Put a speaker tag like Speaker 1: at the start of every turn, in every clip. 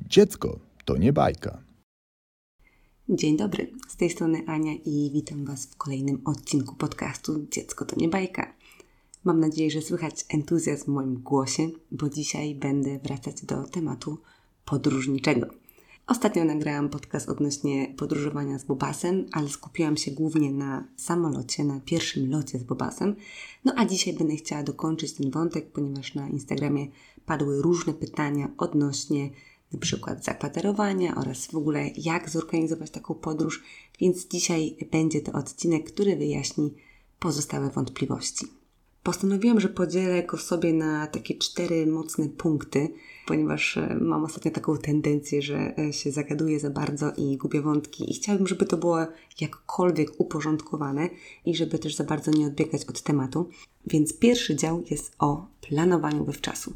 Speaker 1: Dziecko to nie bajka.
Speaker 2: Dzień dobry, z tej strony Ania i witam Was w kolejnym odcinku podcastu Dziecko to nie bajka. Mam nadzieję, że słychać entuzjazm w moim głosie, bo dzisiaj będę wracać do tematu podróżniczego. Ostatnio nagrałam podcast odnośnie podróżowania z Bobasem, ale skupiłam się głównie na samolocie, na pierwszym locie z Bobasem. No a dzisiaj będę chciała dokończyć ten wątek, ponieważ na Instagramie padły różne pytania odnośnie na przykład zakwaterowania oraz w ogóle jak zorganizować taką podróż, więc dzisiaj będzie to odcinek, który wyjaśni pozostałe wątpliwości. Postanowiłam, że podzielę go sobie na takie 4 mocne punkty, ponieważ mam ostatnio taką tendencję, że się zagaduję za bardzo i gubię wątki i chciałabym, żeby to było jakkolwiek uporządkowane i żeby też za bardzo nie odbiegać od tematu. Więc pierwszy dział jest o planowaniu wywczasu,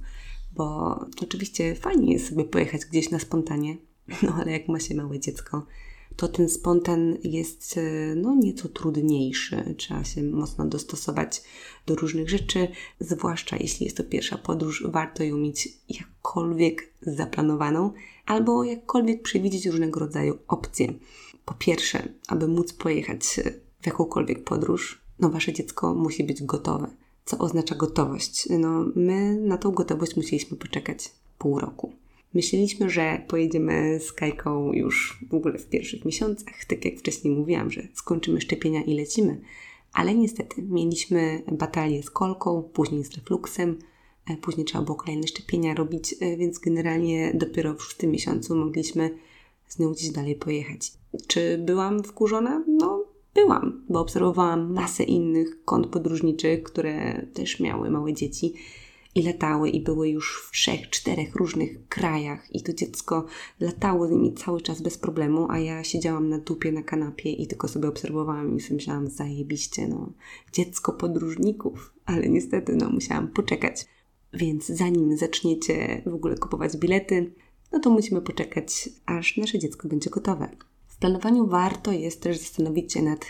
Speaker 2: bo oczywiście fajnie jest sobie pojechać gdzieś na spontanie, no ale jak ma się małe dziecko, to ten spontan jest nieco trudniejszy. Trzeba się mocno dostosować do różnych rzeczy, zwłaszcza jeśli jest to pierwsza podróż, warto ją mieć jakkolwiek zaplanowaną albo jakkolwiek przewidzieć różnego rodzaju opcje. Po pierwsze, aby móc pojechać w jakąkolwiek podróż, Wasze dziecko musi być gotowe. Co oznacza gotowość? My na tą gotowość musieliśmy poczekać pół roku. Myśleliśmy, że pojedziemy z Kajką już w ogóle w pierwszych miesiącach, tak jak wcześniej mówiłam, że skończymy szczepienia i lecimy, ale niestety mieliśmy batalię z kolką, później z refluksem, później trzeba było kolejne szczepienia robić, więc generalnie dopiero w 6. miesiącu mogliśmy z nią gdzieś dalej pojechać. Czy byłam wkurzona? Byłam, bo obserwowałam masę innych kont podróżniczych, które też miały małe dzieci i latały i były już w 3-4 różnych krajach i to dziecko latało z nimi cały czas bez problemu, a ja siedziałam na dupie na kanapie i tylko sobie obserwowałam i sobie myślałam, zajebiście, dziecko podróżników, ale niestety musiałam poczekać. Więc zanim zaczniecie w ogóle kupować bilety, to musimy poczekać, aż nasze dziecko będzie gotowe. W planowaniu warto jest też zastanowić się nad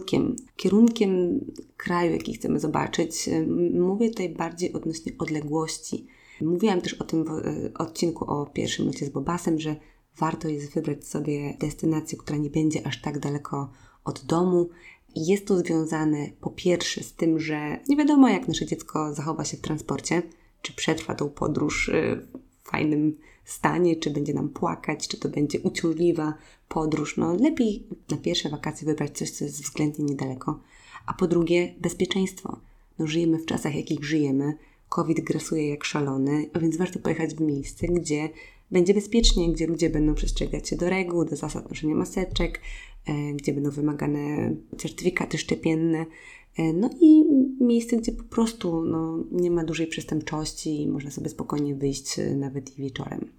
Speaker 2: kierunkiem kraju, jaki chcemy zobaczyć. Mówię tutaj bardziej odnośnie odległości. Mówiłam też o tym w odcinku o pierwszym locie z Bobasem, że warto jest wybrać sobie destynację, która nie będzie aż tak daleko od domu. I jest to związane po pierwsze z tym, że nie wiadomo, jak nasze dziecko zachowa się w transporcie, czy przetrwa tą podróż w fajnym stanie, czy będzie nam płakać, czy to będzie uciążliwa podróż. Lepiej na pierwsze wakacje wybrać coś, co jest względnie niedaleko. A po drugie, bezpieczeństwo. Żyjemy w czasach, jakich żyjemy. COVID grasuje jak szalony, a więc warto pojechać w miejsce, gdzie będzie bezpiecznie, gdzie ludzie będą przestrzegać się do reguł, do zasad noszenia maseczek, gdzie będą wymagane certyfikaty szczepienne. I miejsce, gdzie po prostu nie ma dużej przestępczości i można sobie spokojnie wyjść nawet i wieczorem.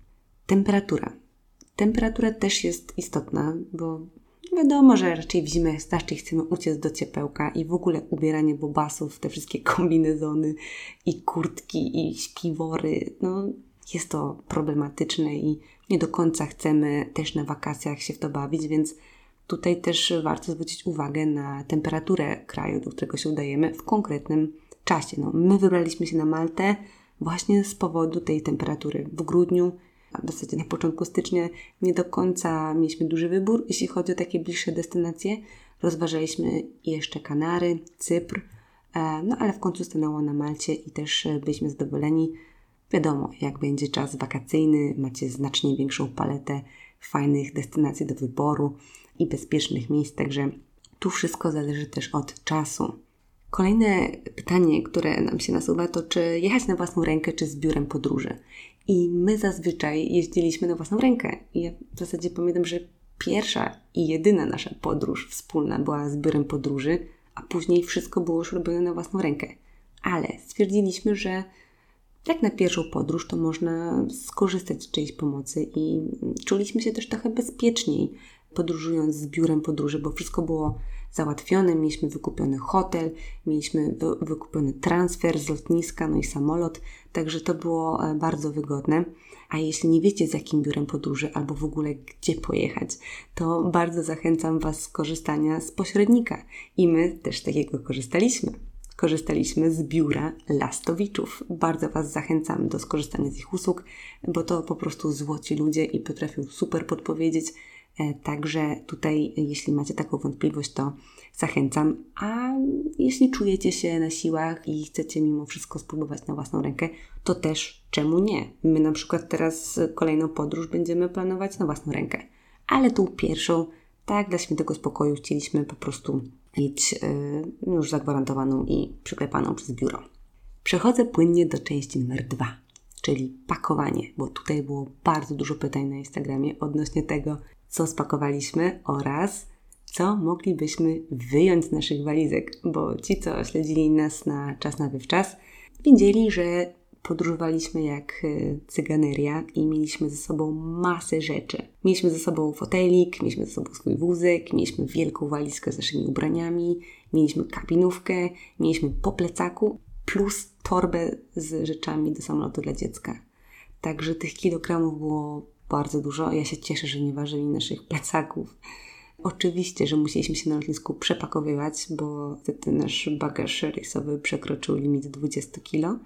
Speaker 2: Temperatura też jest istotna, bo wiadomo, że raczej w zimę chcemy uciec do ciepełka i w ogóle ubieranie bobasów, te wszystkie kombinezony i kurtki i śpiwory, jest to problematyczne i nie do końca chcemy też na wakacjach się w to bawić, więc tutaj też warto zwrócić uwagę na temperaturę kraju, do którego się udajemy w konkretnym czasie. My wybraliśmy się na Maltę właśnie z powodu tej temperatury. W grudniu, a w zasadzie na początku stycznia nie do końca mieliśmy duży wybór, jeśli chodzi o takie bliższe destynacje. Rozważaliśmy jeszcze Kanary, Cypr, ale w końcu stanęło na Malcie i też byliśmy zadowoleni. Wiadomo, jak będzie czas wakacyjny, macie znacznie większą paletę fajnych destynacji do wyboru i bezpiecznych miejsc, także tu wszystko zależy też od czasu. Kolejne pytanie, które nam się nasuwa, to czy jechać na własną rękę, czy z biurem podróży. I my zazwyczaj jeździliśmy na własną rękę. I ja w zasadzie pamiętam, że pierwsza i jedyna nasza podróż wspólna była z biurem podróży, a później wszystko było już robione na własną rękę. Ale stwierdziliśmy, że jak na pierwszą podróż, to można skorzystać z czyjejś pomocy i czuliśmy się też trochę bezpieczniej podróżując z biurem podróży, bo wszystko było załatwione, mieliśmy wykupiony hotel, mieliśmy wykupiony transfer z lotniska, i samolot, także to było bardzo wygodne. A jeśli nie wiecie, z jakim biurem podróży albo w ogóle gdzie pojechać, to bardzo zachęcam Was z korzystania z pośrednika i my też takiego korzystaliśmy. korzystaliśmy z biura Lastowiczów. Bardzo Was zachęcam do skorzystania z ich usług, bo to po prostu złoci ludzie i potrafią super podpowiedzieć. Także tutaj, jeśli macie taką wątpliwość, to zachęcam. A jeśli czujecie się na siłach i chcecie mimo wszystko spróbować na własną rękę, to też czemu nie? My na przykład teraz kolejną podróż będziemy planować na własną rękę. Ale tą pierwszą, tak dla świętego spokoju, chcieliśmy po prostu mieć już zagwarantowaną i przyklepaną przez biuro. Przechodzę płynnie do części numer 2, czyli pakowanie, bo tutaj było bardzo dużo pytań na Instagramie odnośnie tego, co spakowaliśmy oraz co moglibyśmy wyjąć z naszych walizek, bo ci, co śledzili nas na Czas na Wywczas, widzieli, że podróżowaliśmy jak cyganeria i mieliśmy ze sobą masę rzeczy. Mieliśmy ze sobą fotelik, mieliśmy ze sobą swój wózek, mieliśmy wielką walizkę z naszymi ubraniami, mieliśmy kabinówkę, mieliśmy po plecaku plus torbę z rzeczami do samolotu dla dziecka. Także tych kilogramów było bardzo dużo. Ja się cieszę, że nie ważyli naszych plecaków. Oczywiście, że musieliśmy się na lotnisku przepakowywać, bo wtedy nasz bagaż rejsowy przekroczył limit 20 kg.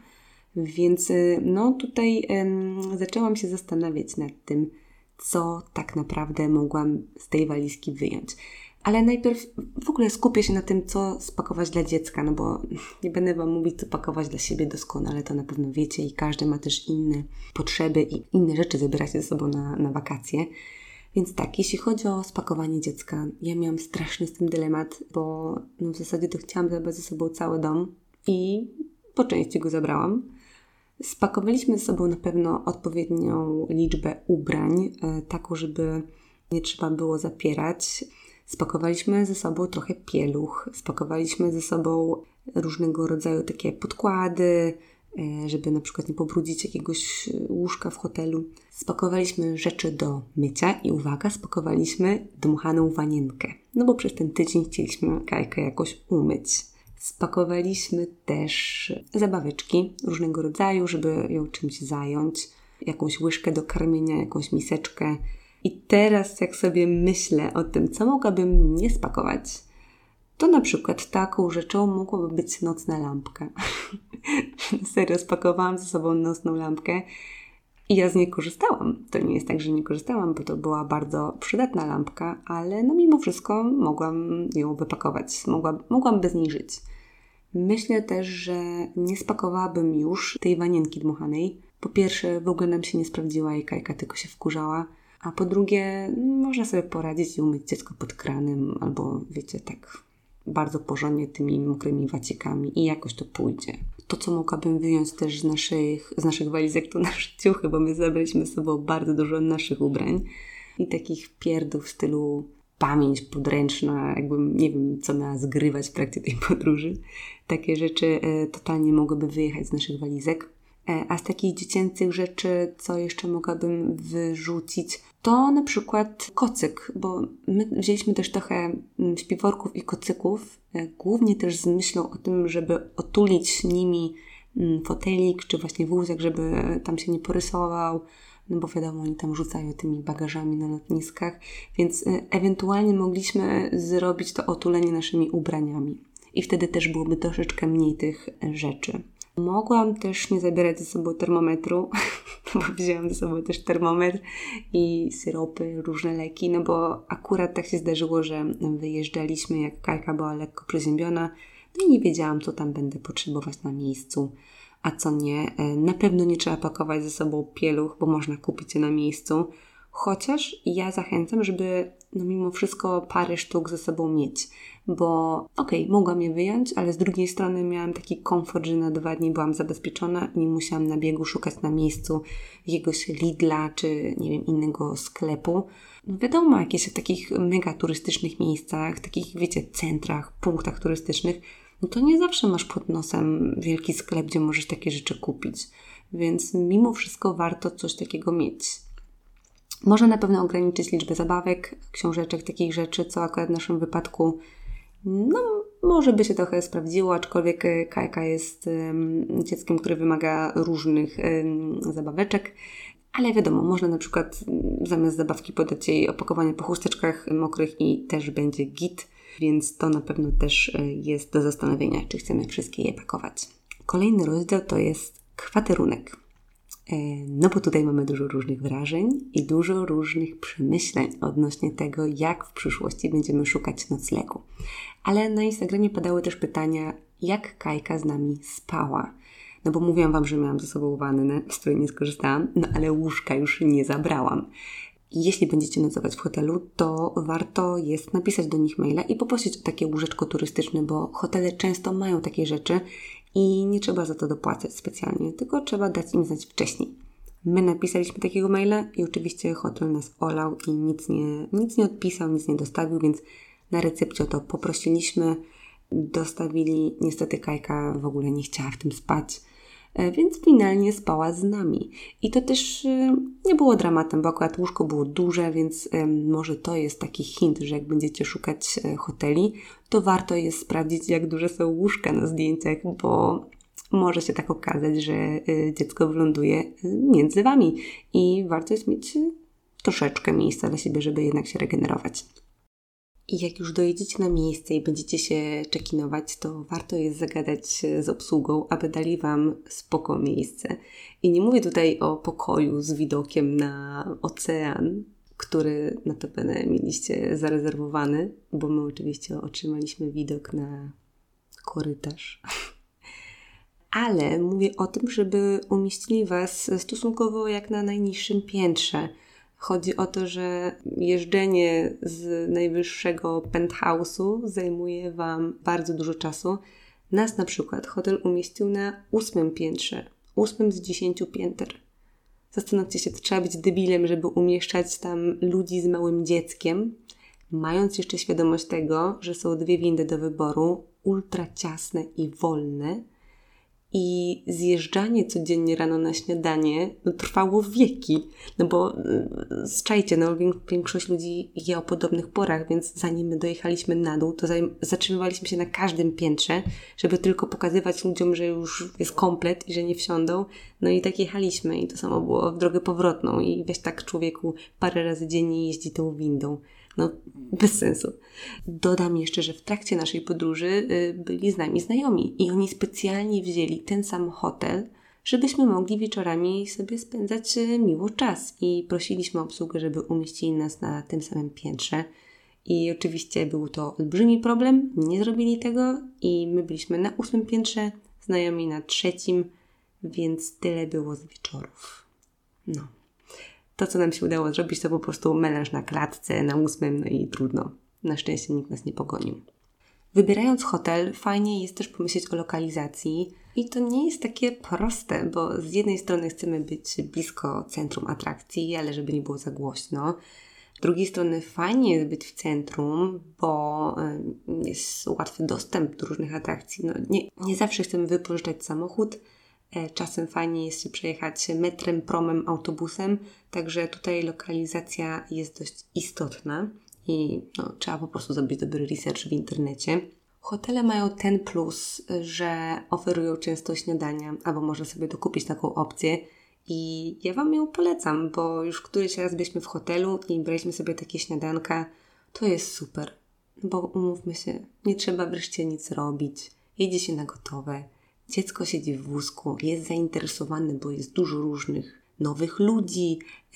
Speaker 2: Więc tutaj zaczęłam się zastanawiać nad tym, co tak naprawdę mogłam z tej walizki wyjąć. Ale najpierw w ogóle skupię się na tym, co spakować dla dziecka, no bo nie będę Wam mówić, co pakować dla siebie doskonale, to na pewno wiecie i każdy ma też inne potrzeby i inne rzeczy zabieracie ze sobą na wakacje. Więc tak, jeśli chodzi o spakowanie dziecka, ja miałam straszny z tym dylemat, bo w zasadzie to chciałam zabrać ze sobą cały dom i po części go zabrałam. Spakowaliśmy ze sobą na pewno odpowiednią liczbę ubrań, taką, żeby nie trzeba było zapierać. Spakowaliśmy ze sobą trochę pieluch, spakowaliśmy ze sobą różnego rodzaju takie podkłady, żeby na przykład nie pobrudzić jakiegoś łóżka w hotelu. Spakowaliśmy rzeczy do mycia i uwaga, spakowaliśmy dmuchaną wanienkę, no bo przez ten tydzień chcieliśmy Kajkę jakoś umyć. Spakowaliśmy też zabaweczki różnego rodzaju, żeby ją czymś zająć, jakąś łyżkę do karmienia, jakąś miseczkę. I teraz jak sobie myślę o tym, co mogłabym nie spakować, to na przykład taką rzeczą mogłaby być nocna lampka. Serio, spakowałam ze sobą nocną lampkę i ja z niej korzystałam. To nie jest tak, że nie korzystałam, bo to była bardzo przydatna lampka, ale mimo wszystko mogłam ją wypakować. Mogłam bez niej żyć. Myślę też, że nie spakowałabym już tej wanienki dmuchanej. Po pierwsze, w ogóle nam się nie sprawdziła i Kajka tylko się wkurzała. A po drugie, można sobie poradzić i umyć dziecko pod kranem albo, wiecie, tak bardzo porządnie tymi mokrymi wacikami i jakoś to pójdzie. To, co mogłabym wyjąć też z naszych walizek, to nasze ciuchy, bo my zabraliśmy z sobą bardzo dużo naszych ubrań i takich pierdów w stylu pamięć podręczna, jakbym nie wiem, co miała zgrywać w trakcie tej podróży. Takie rzeczy totalnie mogłyby wyjechać z naszych walizek. A z takich dziecięcych rzeczy, co jeszcze mogłabym wyrzucić, to na przykład kocyk, bo my wzięliśmy też trochę śpiworków i kocyków, głównie też z myślą o tym, żeby otulić nimi fotelik, czy właśnie wózek, żeby tam się nie porysował, no bo wiadomo, oni tam rzucają tymi bagażami na lotniskach, więc ewentualnie mogliśmy zrobić to otulenie naszymi ubraniami i wtedy też byłoby troszeczkę mniej tych rzeczy. Mogłam też nie zabierać ze sobą termometru, bo wzięłam ze sobą też termometr i syropy, różne leki, no bo akurat tak się zdarzyło, że wyjeżdżaliśmy, jak Kajka była lekko przeziębiona, no i nie wiedziałam, co tam będę potrzebować na miejscu, a co nie. Na pewno nie trzeba pakować ze sobą pieluch, bo można kupić je na miejscu, chociaż ja zachęcam, żeby mimo wszystko parę sztuk ze sobą mieć, bo mogłam je wyjąć, ale z drugiej strony miałam taki komfort, że na 2 dni byłam zabezpieczona i nie musiałam na biegu szukać na miejscu jakiegoś Lidla czy nie wiem, innego sklepu. No wiadomo, jakieś w takich mega turystycznych miejscach, takich wiecie, centrach, punktach turystycznych, no to nie zawsze masz pod nosem wielki sklep, gdzie możesz takie rzeczy kupić, więc mimo wszystko warto coś takiego mieć. Można na pewno ograniczyć liczbę zabawek, książeczek, takich rzeczy, co akurat w naszym wypadku może by się trochę sprawdziło, aczkolwiek Kajka jest dzieckiem, które wymaga różnych zabaweczek, ale wiadomo, można na przykład zamiast zabawki podać jej opakowanie po chusteczkach mokrych i też będzie git. więc to na pewno też jest do zastanowienia, czy chcemy wszystkie je pakować. Kolejny rozdział to jest kwaterunek. No bo tutaj mamy dużo różnych wrażeń i dużo różnych przemyśleń odnośnie tego, jak w przyszłości będziemy szukać noclegu. Ale na Instagramie padały też pytania, jak Kajka z nami spała. No bo mówiłam Wam, że miałam ze sobą wannę, z której nie skorzystałam, no ale łóżka już nie zabrałam. Jeśli będziecie nocować w hotelu, to warto jest napisać do nich maila i poprosić o takie łóżeczko turystyczne, bo hotele często mają takie rzeczy i nie trzeba za to dopłacać specjalnie, tylko trzeba dać im znać wcześniej. My napisaliśmy takiego maila i oczywiście hotel nas olał i nic nie odpisał, nic nie dostawił, więc na recepcji o to poprosiliśmy, dostawili. Niestety Kajka w ogóle nie chciała w tym spać, więc finalnie spała z nami. I to też nie było dramatem, bo akurat łóżko było duże, więc może to jest taki hint, że jak będziecie szukać hoteli, to warto jest sprawdzić, jak duże są łóżka na zdjęciach, bo może się tak okazać, że dziecko wyląduje między Wami i warto jest mieć troszeczkę miejsca dla siebie, żeby jednak się regenerować. I jak już dojedziecie na miejsce i będziecie się check-inować, to warto jest zagadać z obsługą, aby dali Wam spoko miejsce. I nie mówię tutaj o pokoju z widokiem na ocean, który notabene mieliście zarezerwowany, bo my oczywiście otrzymaliśmy widok na korytarz. Ale mówię o tym, żeby umieścili Was stosunkowo jak na najniższym piętrze. Chodzi o to, że jeżdżenie z najwyższego penthouse'u zajmuje Wam bardzo dużo czasu. Nas na przykład hotel umieścił na 8. piętrze. 8 z 10 pięter. Zastanówcie się, to trzeba być debilem, żeby umieszczać tam ludzi z małym dzieckiem, mając jeszcze świadomość tego, że są 2 windy do wyboru, ultra ciasne i wolne. I zjeżdżanie codziennie rano na śniadanie trwało wieki. No bo czajcie, większość ludzi je o podobnych porach, więc zanim my dojechaliśmy na dół, to zatrzymywaliśmy się na każdym piętrze, żeby tylko pokazywać ludziom, że już jest komplet i że nie wsiądą. No i tak jechaliśmy i to samo było w drogę powrotną i weź tak człowieku parę razy dziennie jeździ tą windą. No, bez sensu. Dodam jeszcze, że w trakcie naszej podróży byli z nami znajomi i oni specjalnie wzięli ten sam hotel, żebyśmy mogli wieczorami sobie spędzać miło czas i prosiliśmy obsługę, żeby umieścili nas na tym samym piętrze. I oczywiście był to olbrzymi problem, nie zrobili tego i my byliśmy na 8. piętrze, znajomi na 3, więc tyle było z wieczorów. No. To, co nam się udało zrobić, to po prostu melanż na klatce, na 8, no i trudno. Na szczęście nikt nas nie pogonił. Wybierając hotel, fajnie jest też pomyśleć o lokalizacji i to nie jest takie proste, bo z jednej strony chcemy być blisko centrum atrakcji, ale żeby nie było za głośno. Z drugiej strony fajnie jest być w centrum, bo jest łatwy dostęp do różnych atrakcji. No, nie zawsze chcemy wypożyczać samochód. Czasem fajnie jest się przejechać metrem, promem, autobusem, także tutaj lokalizacja jest dość istotna i trzeba po prostu zrobić dobry research w internecie. Hotele mają ten plus, że oferują często śniadania, albo można sobie dokupić taką opcję i ja Wam ją polecam, bo już któryś raz byliśmy w hotelu i braliśmy sobie takie śniadanka, to jest super, bo umówmy się, nie trzeba wreszcie nic robić, jedzie się na gotowe. Dziecko siedzi w wózku, jest zainteresowane, bo jest dużo różnych nowych ludzi,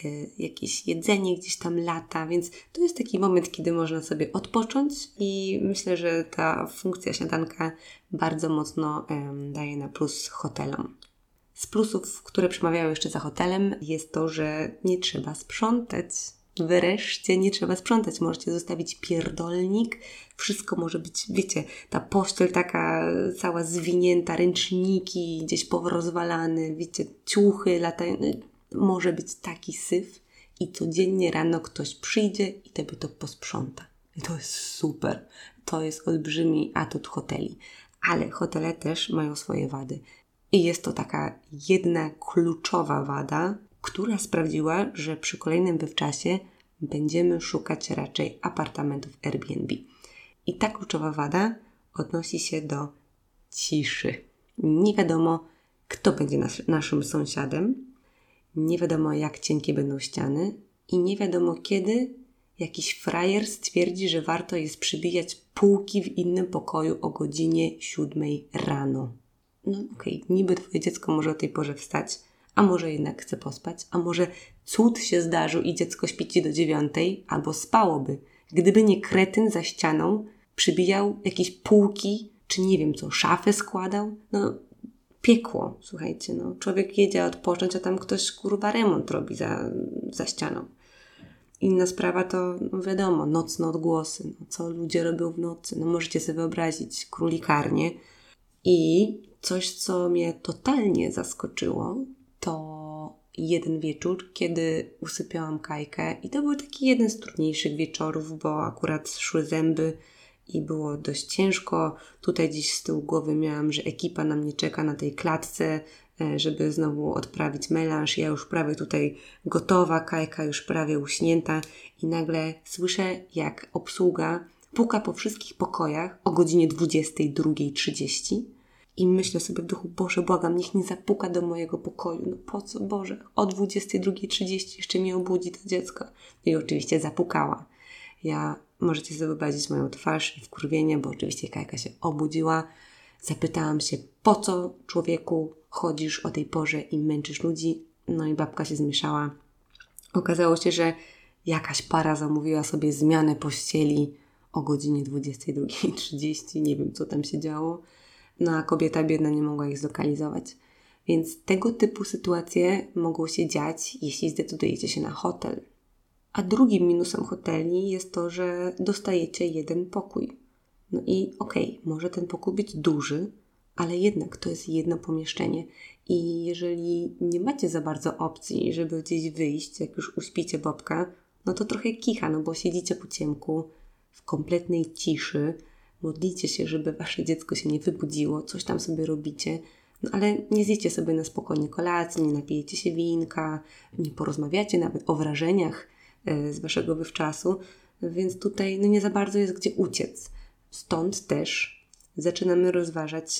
Speaker 2: jakieś jedzenie gdzieś tam lata, więc to jest taki moment, kiedy można sobie odpocząć i myślę, że ta funkcja śniadanka bardzo mocno daje na plus hotelom. Z plusów, które przemawiają jeszcze za hotelem, jest to, że nie trzeba sprzątać. Wreszcie nie trzeba sprzątać. Możecie zostawić pierdolnik. Wszystko może być, wiecie, ta pościel taka cała zwinięta, ręczniki gdzieś porozwalane, wiecie, ciuchy latają. Może być taki syf i codziennie rano ktoś przyjdzie i tobie to posprząta. I to jest super. To jest olbrzymi atut hoteli. Ale hotele też mają swoje wady. I jest to taka jedna kluczowa wada, która sprawiła, że przy kolejnym wywczasie będziemy szukać raczej apartamentów Airbnb. I ta kluczowa wada odnosi się do ciszy. Nie wiadomo, kto będzie naszym sąsiadem, nie wiadomo, jak cienkie będą ściany i nie wiadomo, kiedy jakiś frajer stwierdzi, że warto jest przybijać półki w innym pokoju o godzinie 7 rano. No okej, niby twoje dziecko może o tej porze wstać, a może jednak chce pospać, a może cud się zdarzył i dziecko śpi ci do 9, albo spałoby. Gdyby nie kretyn za ścianą przybijał jakieś półki, czy nie wiem co, szafę składał, no piekło, słuchajcie, no. Człowiek jedzie odpocząć, a tam ktoś remont robi za ścianą. Inna sprawa to, no wiadomo, nocne odgłosy. No, co ludzie robią w nocy? No możecie sobie wyobrazić królikarnię. I coś, co mnie totalnie zaskoczyło, to jeden wieczór, kiedy usypiałam Kajkę i to był taki jeden z trudniejszych wieczorów, bo akurat szły zęby i było dość ciężko. Tutaj gdzieś z tyłu głowy miałam, że ekipa na mnie czeka na tej klatce, żeby znowu odprawić melanż. Ja już prawie tutaj gotowa, Kajka już prawie uśnięta i nagle słyszę, jak obsługa puka po wszystkich pokojach o godzinie 22:30 i myślę sobie w duchu, Boże, błagam, niech nie zapuka do mojego pokoju. No po co, Boże, o 22:30 jeszcze mnie obudzi to dziecko. I oczywiście zapukała. Ja możecie sobie wyobrazić moją twarz i wkurwienie, bo oczywiście Kajka się obudziła. Zapytałam się, po co człowieku chodzisz o tej porze i męczysz ludzi? No i babka się zmieszała. Okazało się, że jakaś para zamówiła sobie zmianę pościeli o godzinie 22:30. Nie wiem, co tam się działo. No a kobieta biedna nie mogła ich zlokalizować. Więc tego typu sytuacje mogą się dziać, jeśli zdecydujecie się na hotel. A drugim minusem hoteli jest to, że dostajecie jeden pokój. No i okej, może ten pokój być duży, ale jednak to jest jedno pomieszczenie. I jeżeli nie macie za bardzo opcji, żeby gdzieś wyjść, jak już uśpicie Bobka, no to trochę kicha, no bo siedzicie po ciemku, w kompletnej ciszy, modlicie się, żeby wasze dziecko się nie wybudziło, coś tam sobie robicie, no ale nie zjecie sobie na spokojnie kolacji, nie napijecie się winka, nie porozmawiacie nawet o wrażeniach z waszego wywczasu, więc tutaj no nie za bardzo jest gdzie uciec. Stąd też zaczynamy rozważać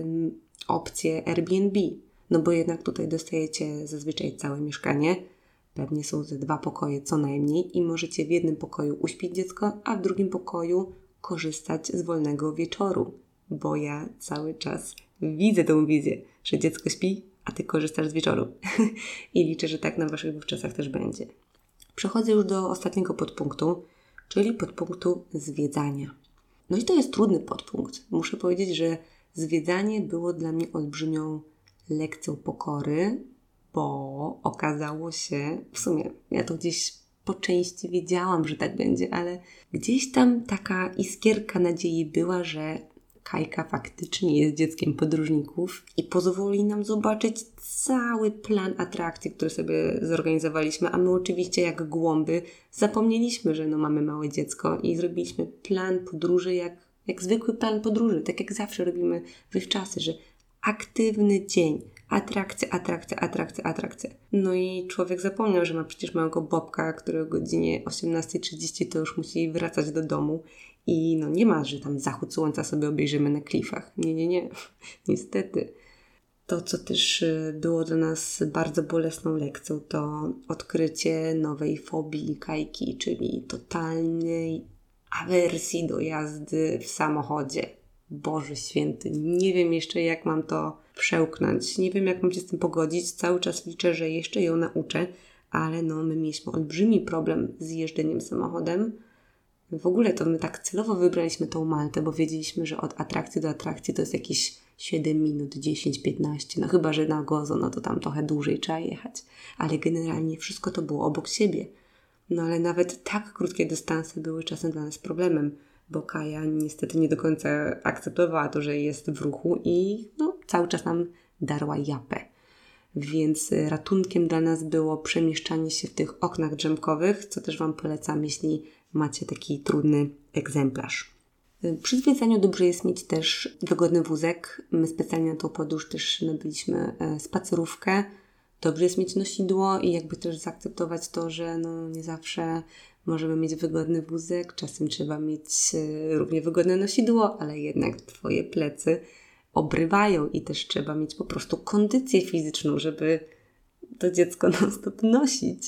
Speaker 2: opcję Airbnb, no bo jednak tutaj dostajecie zazwyczaj całe mieszkanie, pewnie są ze 2 pokoje co najmniej i możecie w jednym pokoju uśpić dziecko, a w drugim pokoju korzystać z wolnego wieczoru, bo ja cały czas widzę tą wizję, że dziecko śpi, a ty korzystasz z wieczoru i liczę, że tak na waszych wówczasach też będzie. Przechodzę już do ostatniego podpunktu, czyli podpunktu zwiedzania. No i to jest trudny podpunkt. Muszę powiedzieć, że zwiedzanie było dla mnie olbrzymią lekcją pokory, bo okazało się, w sumie ja to gdzieś po części wiedziałam, że tak będzie, ale gdzieś tam taka iskierka nadziei była, że Kajka faktycznie jest dzieckiem podróżników i pozwoli nam zobaczyć cały plan atrakcji, który sobie zorganizowaliśmy, a my oczywiście jak głąby zapomnieliśmy, że mamy małe dziecko i zrobiliśmy plan podróży jak zwykły plan podróży, tak jak zawsze robimy wywczasy, że aktywny dzień, atrakcja. No i człowiek zapomniał, że ma przecież małego Bobka, który o godzinie 18:30 to już musi wracać do domu i no nie ma, że tam zachód słońca sobie obejrzymy na klifach. Nie. Niestety. To, co też było dla nas bardzo bolesną lekcją, to odkrycie nowej fobii Kajki, czyli totalnej awersji do jazdy w samochodzie. Boże święty, nie wiem jeszcze jak mam to przełknąć, nie wiem jak mam się z tym pogodzić, cały czas liczę, że jeszcze ją nauczę, ale no my mieliśmy olbrzymi problem z jeżdżeniem samochodem. W ogóle to my tak celowo wybraliśmy tą Maltę, bo wiedzieliśmy, że od atrakcji do atrakcji to jest jakieś 7 minut, 10, 15, no chyba, że na Gozo, no to tam trochę dłużej trzeba jechać, ale generalnie wszystko to było obok siebie. No ale nawet tak krótkie dystanse były czasem dla nas problemem, bo Kaja niestety nie do końca akceptowała to, że jest w ruchu i no, cały czas nam darła japę. Więc ratunkiem dla nas było przemieszczanie się w tych oknach drzemkowych, co też Wam polecam, jeśli macie taki trudny egzemplarz. Przy zwiedzaniu dobrze jest mieć też wygodny wózek. My specjalnie na tą podróż też nabyliśmy spacerówkę. Dobrze jest mieć nosidło i jakby też zaakceptować to, że no nie zawsze możemy mieć wygodny wózek. Czasem trzeba mieć równie wygodne nosidło, ale jednak Twoje plecy obrywają i też trzeba mieć po prostu kondycję fizyczną, żeby to dziecko non-stop nosić.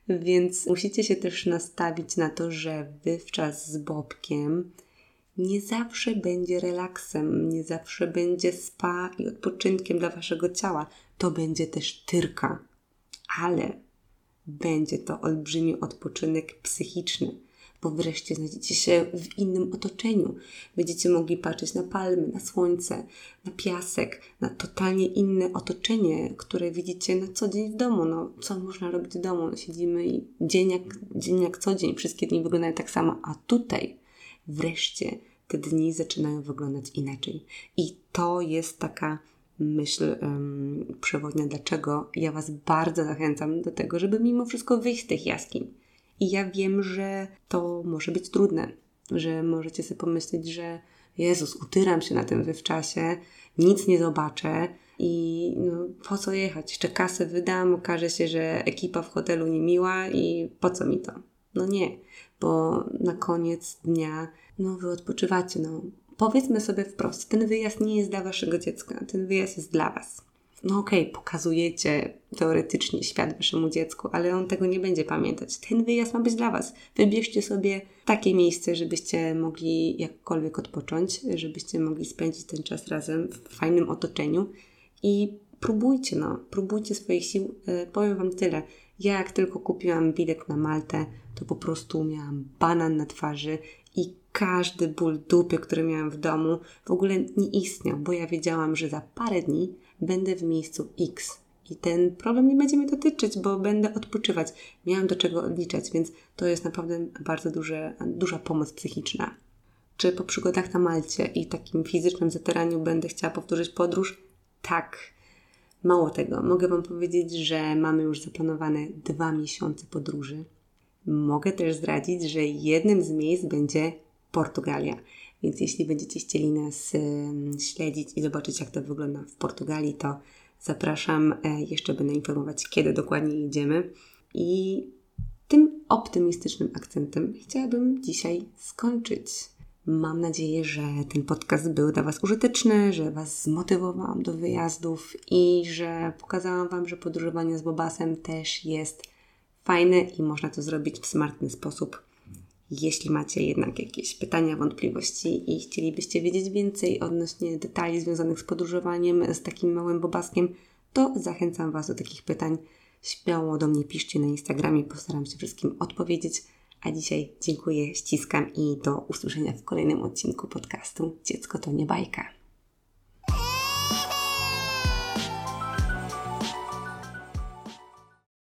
Speaker 2: Więc musicie się też nastawić na to, że wówczas z Bobkiem nie zawsze będzie relaksem, nie zawsze będzie spa i odpoczynkiem dla waszego ciała. To będzie też tyrka, ale będzie to olbrzymi odpoczynek psychiczny, bo wreszcie znajdziecie się w innym otoczeniu. Będziecie mogli patrzeć na palmy, na słońce, na piasek, na totalnie inne otoczenie, które widzicie na co dzień w domu. No, co można robić w domu? Siedzimy i dzień jak co dzień, wszystkie dni wyglądają tak samo, a tutaj wreszcie te dni zaczynają wyglądać inaczej. I to jest taka myśl przewodnia, dlaczego ja Was bardzo zachęcam do tego, żeby mimo wszystko wyjść z tych jaskiń. I ja wiem, że to może być trudne, że możecie sobie pomyśleć, że Jezus, utyram się na tym wywczasie, nic nie zobaczę i no, po co jechać? Jeszcze kasę wydam, okaże się, że ekipa w hotelu niemiła i po co mi to? No nie, bo na koniec dnia Wy odpoczywacie. Powiedzmy sobie wprost, ten wyjazd nie jest dla waszego dziecka, ten wyjazd jest dla was. Pokazujecie teoretycznie świat waszemu dziecku, ale on tego nie będzie pamiętać. Ten wyjazd ma być dla was. Wybierzcie sobie takie miejsce, żebyście mogli jakkolwiek odpocząć, żebyście mogli spędzić ten czas razem w fajnym otoczeniu i próbujcie swoich sił. Powiem wam tyle. Ja jak tylko kupiłam bilet na Maltę, to po prostu miałam banan na twarzy i każdy ból dupy, który miałam w domu, w ogóle nie istniał, bo ja wiedziałam, że za parę dni będę w miejscu X i ten problem nie będzie mnie dotyczyć, bo będę odpoczywać. Miałam do czego odliczać, więc to jest naprawdę bardzo duża pomoc psychiczna. Czy po przygodach na Malcie i takim fizycznym zatyraniu będę chciała powtórzyć podróż? Tak. Mało tego, mogę wam powiedzieć, że mamy już zaplanowane 2 miesiące podróży. Mogę też zdradzić, że jednym z miejsc będzie Portugalia. Więc jeśli będziecie chcieli nas śledzić i zobaczyć, jak to wygląda w Portugalii, to zapraszam. Jeszcze będę informować, kiedy dokładnie jedziemy. I tym optymistycznym akcentem chciałabym dzisiaj skończyć. Mam nadzieję, że ten podcast był dla Was użyteczny, że Was zmotywowałam do wyjazdów i że pokazałam Wam, że podróżowanie z Bobasem też jest fajne i można to zrobić w smartny sposób. Jeśli macie jednak jakieś pytania, wątpliwości i chcielibyście wiedzieć więcej odnośnie detali związanych z podróżowaniem z takim małym Bobaskiem, to zachęcam Was do takich pytań. Śmiało do mnie piszcie na Instagramie, postaram się wszystkim odpowiedzieć. A dzisiaj dziękuję, ściskam i do usłyszenia w kolejnym odcinku podcastu Dziecko to nie bajka.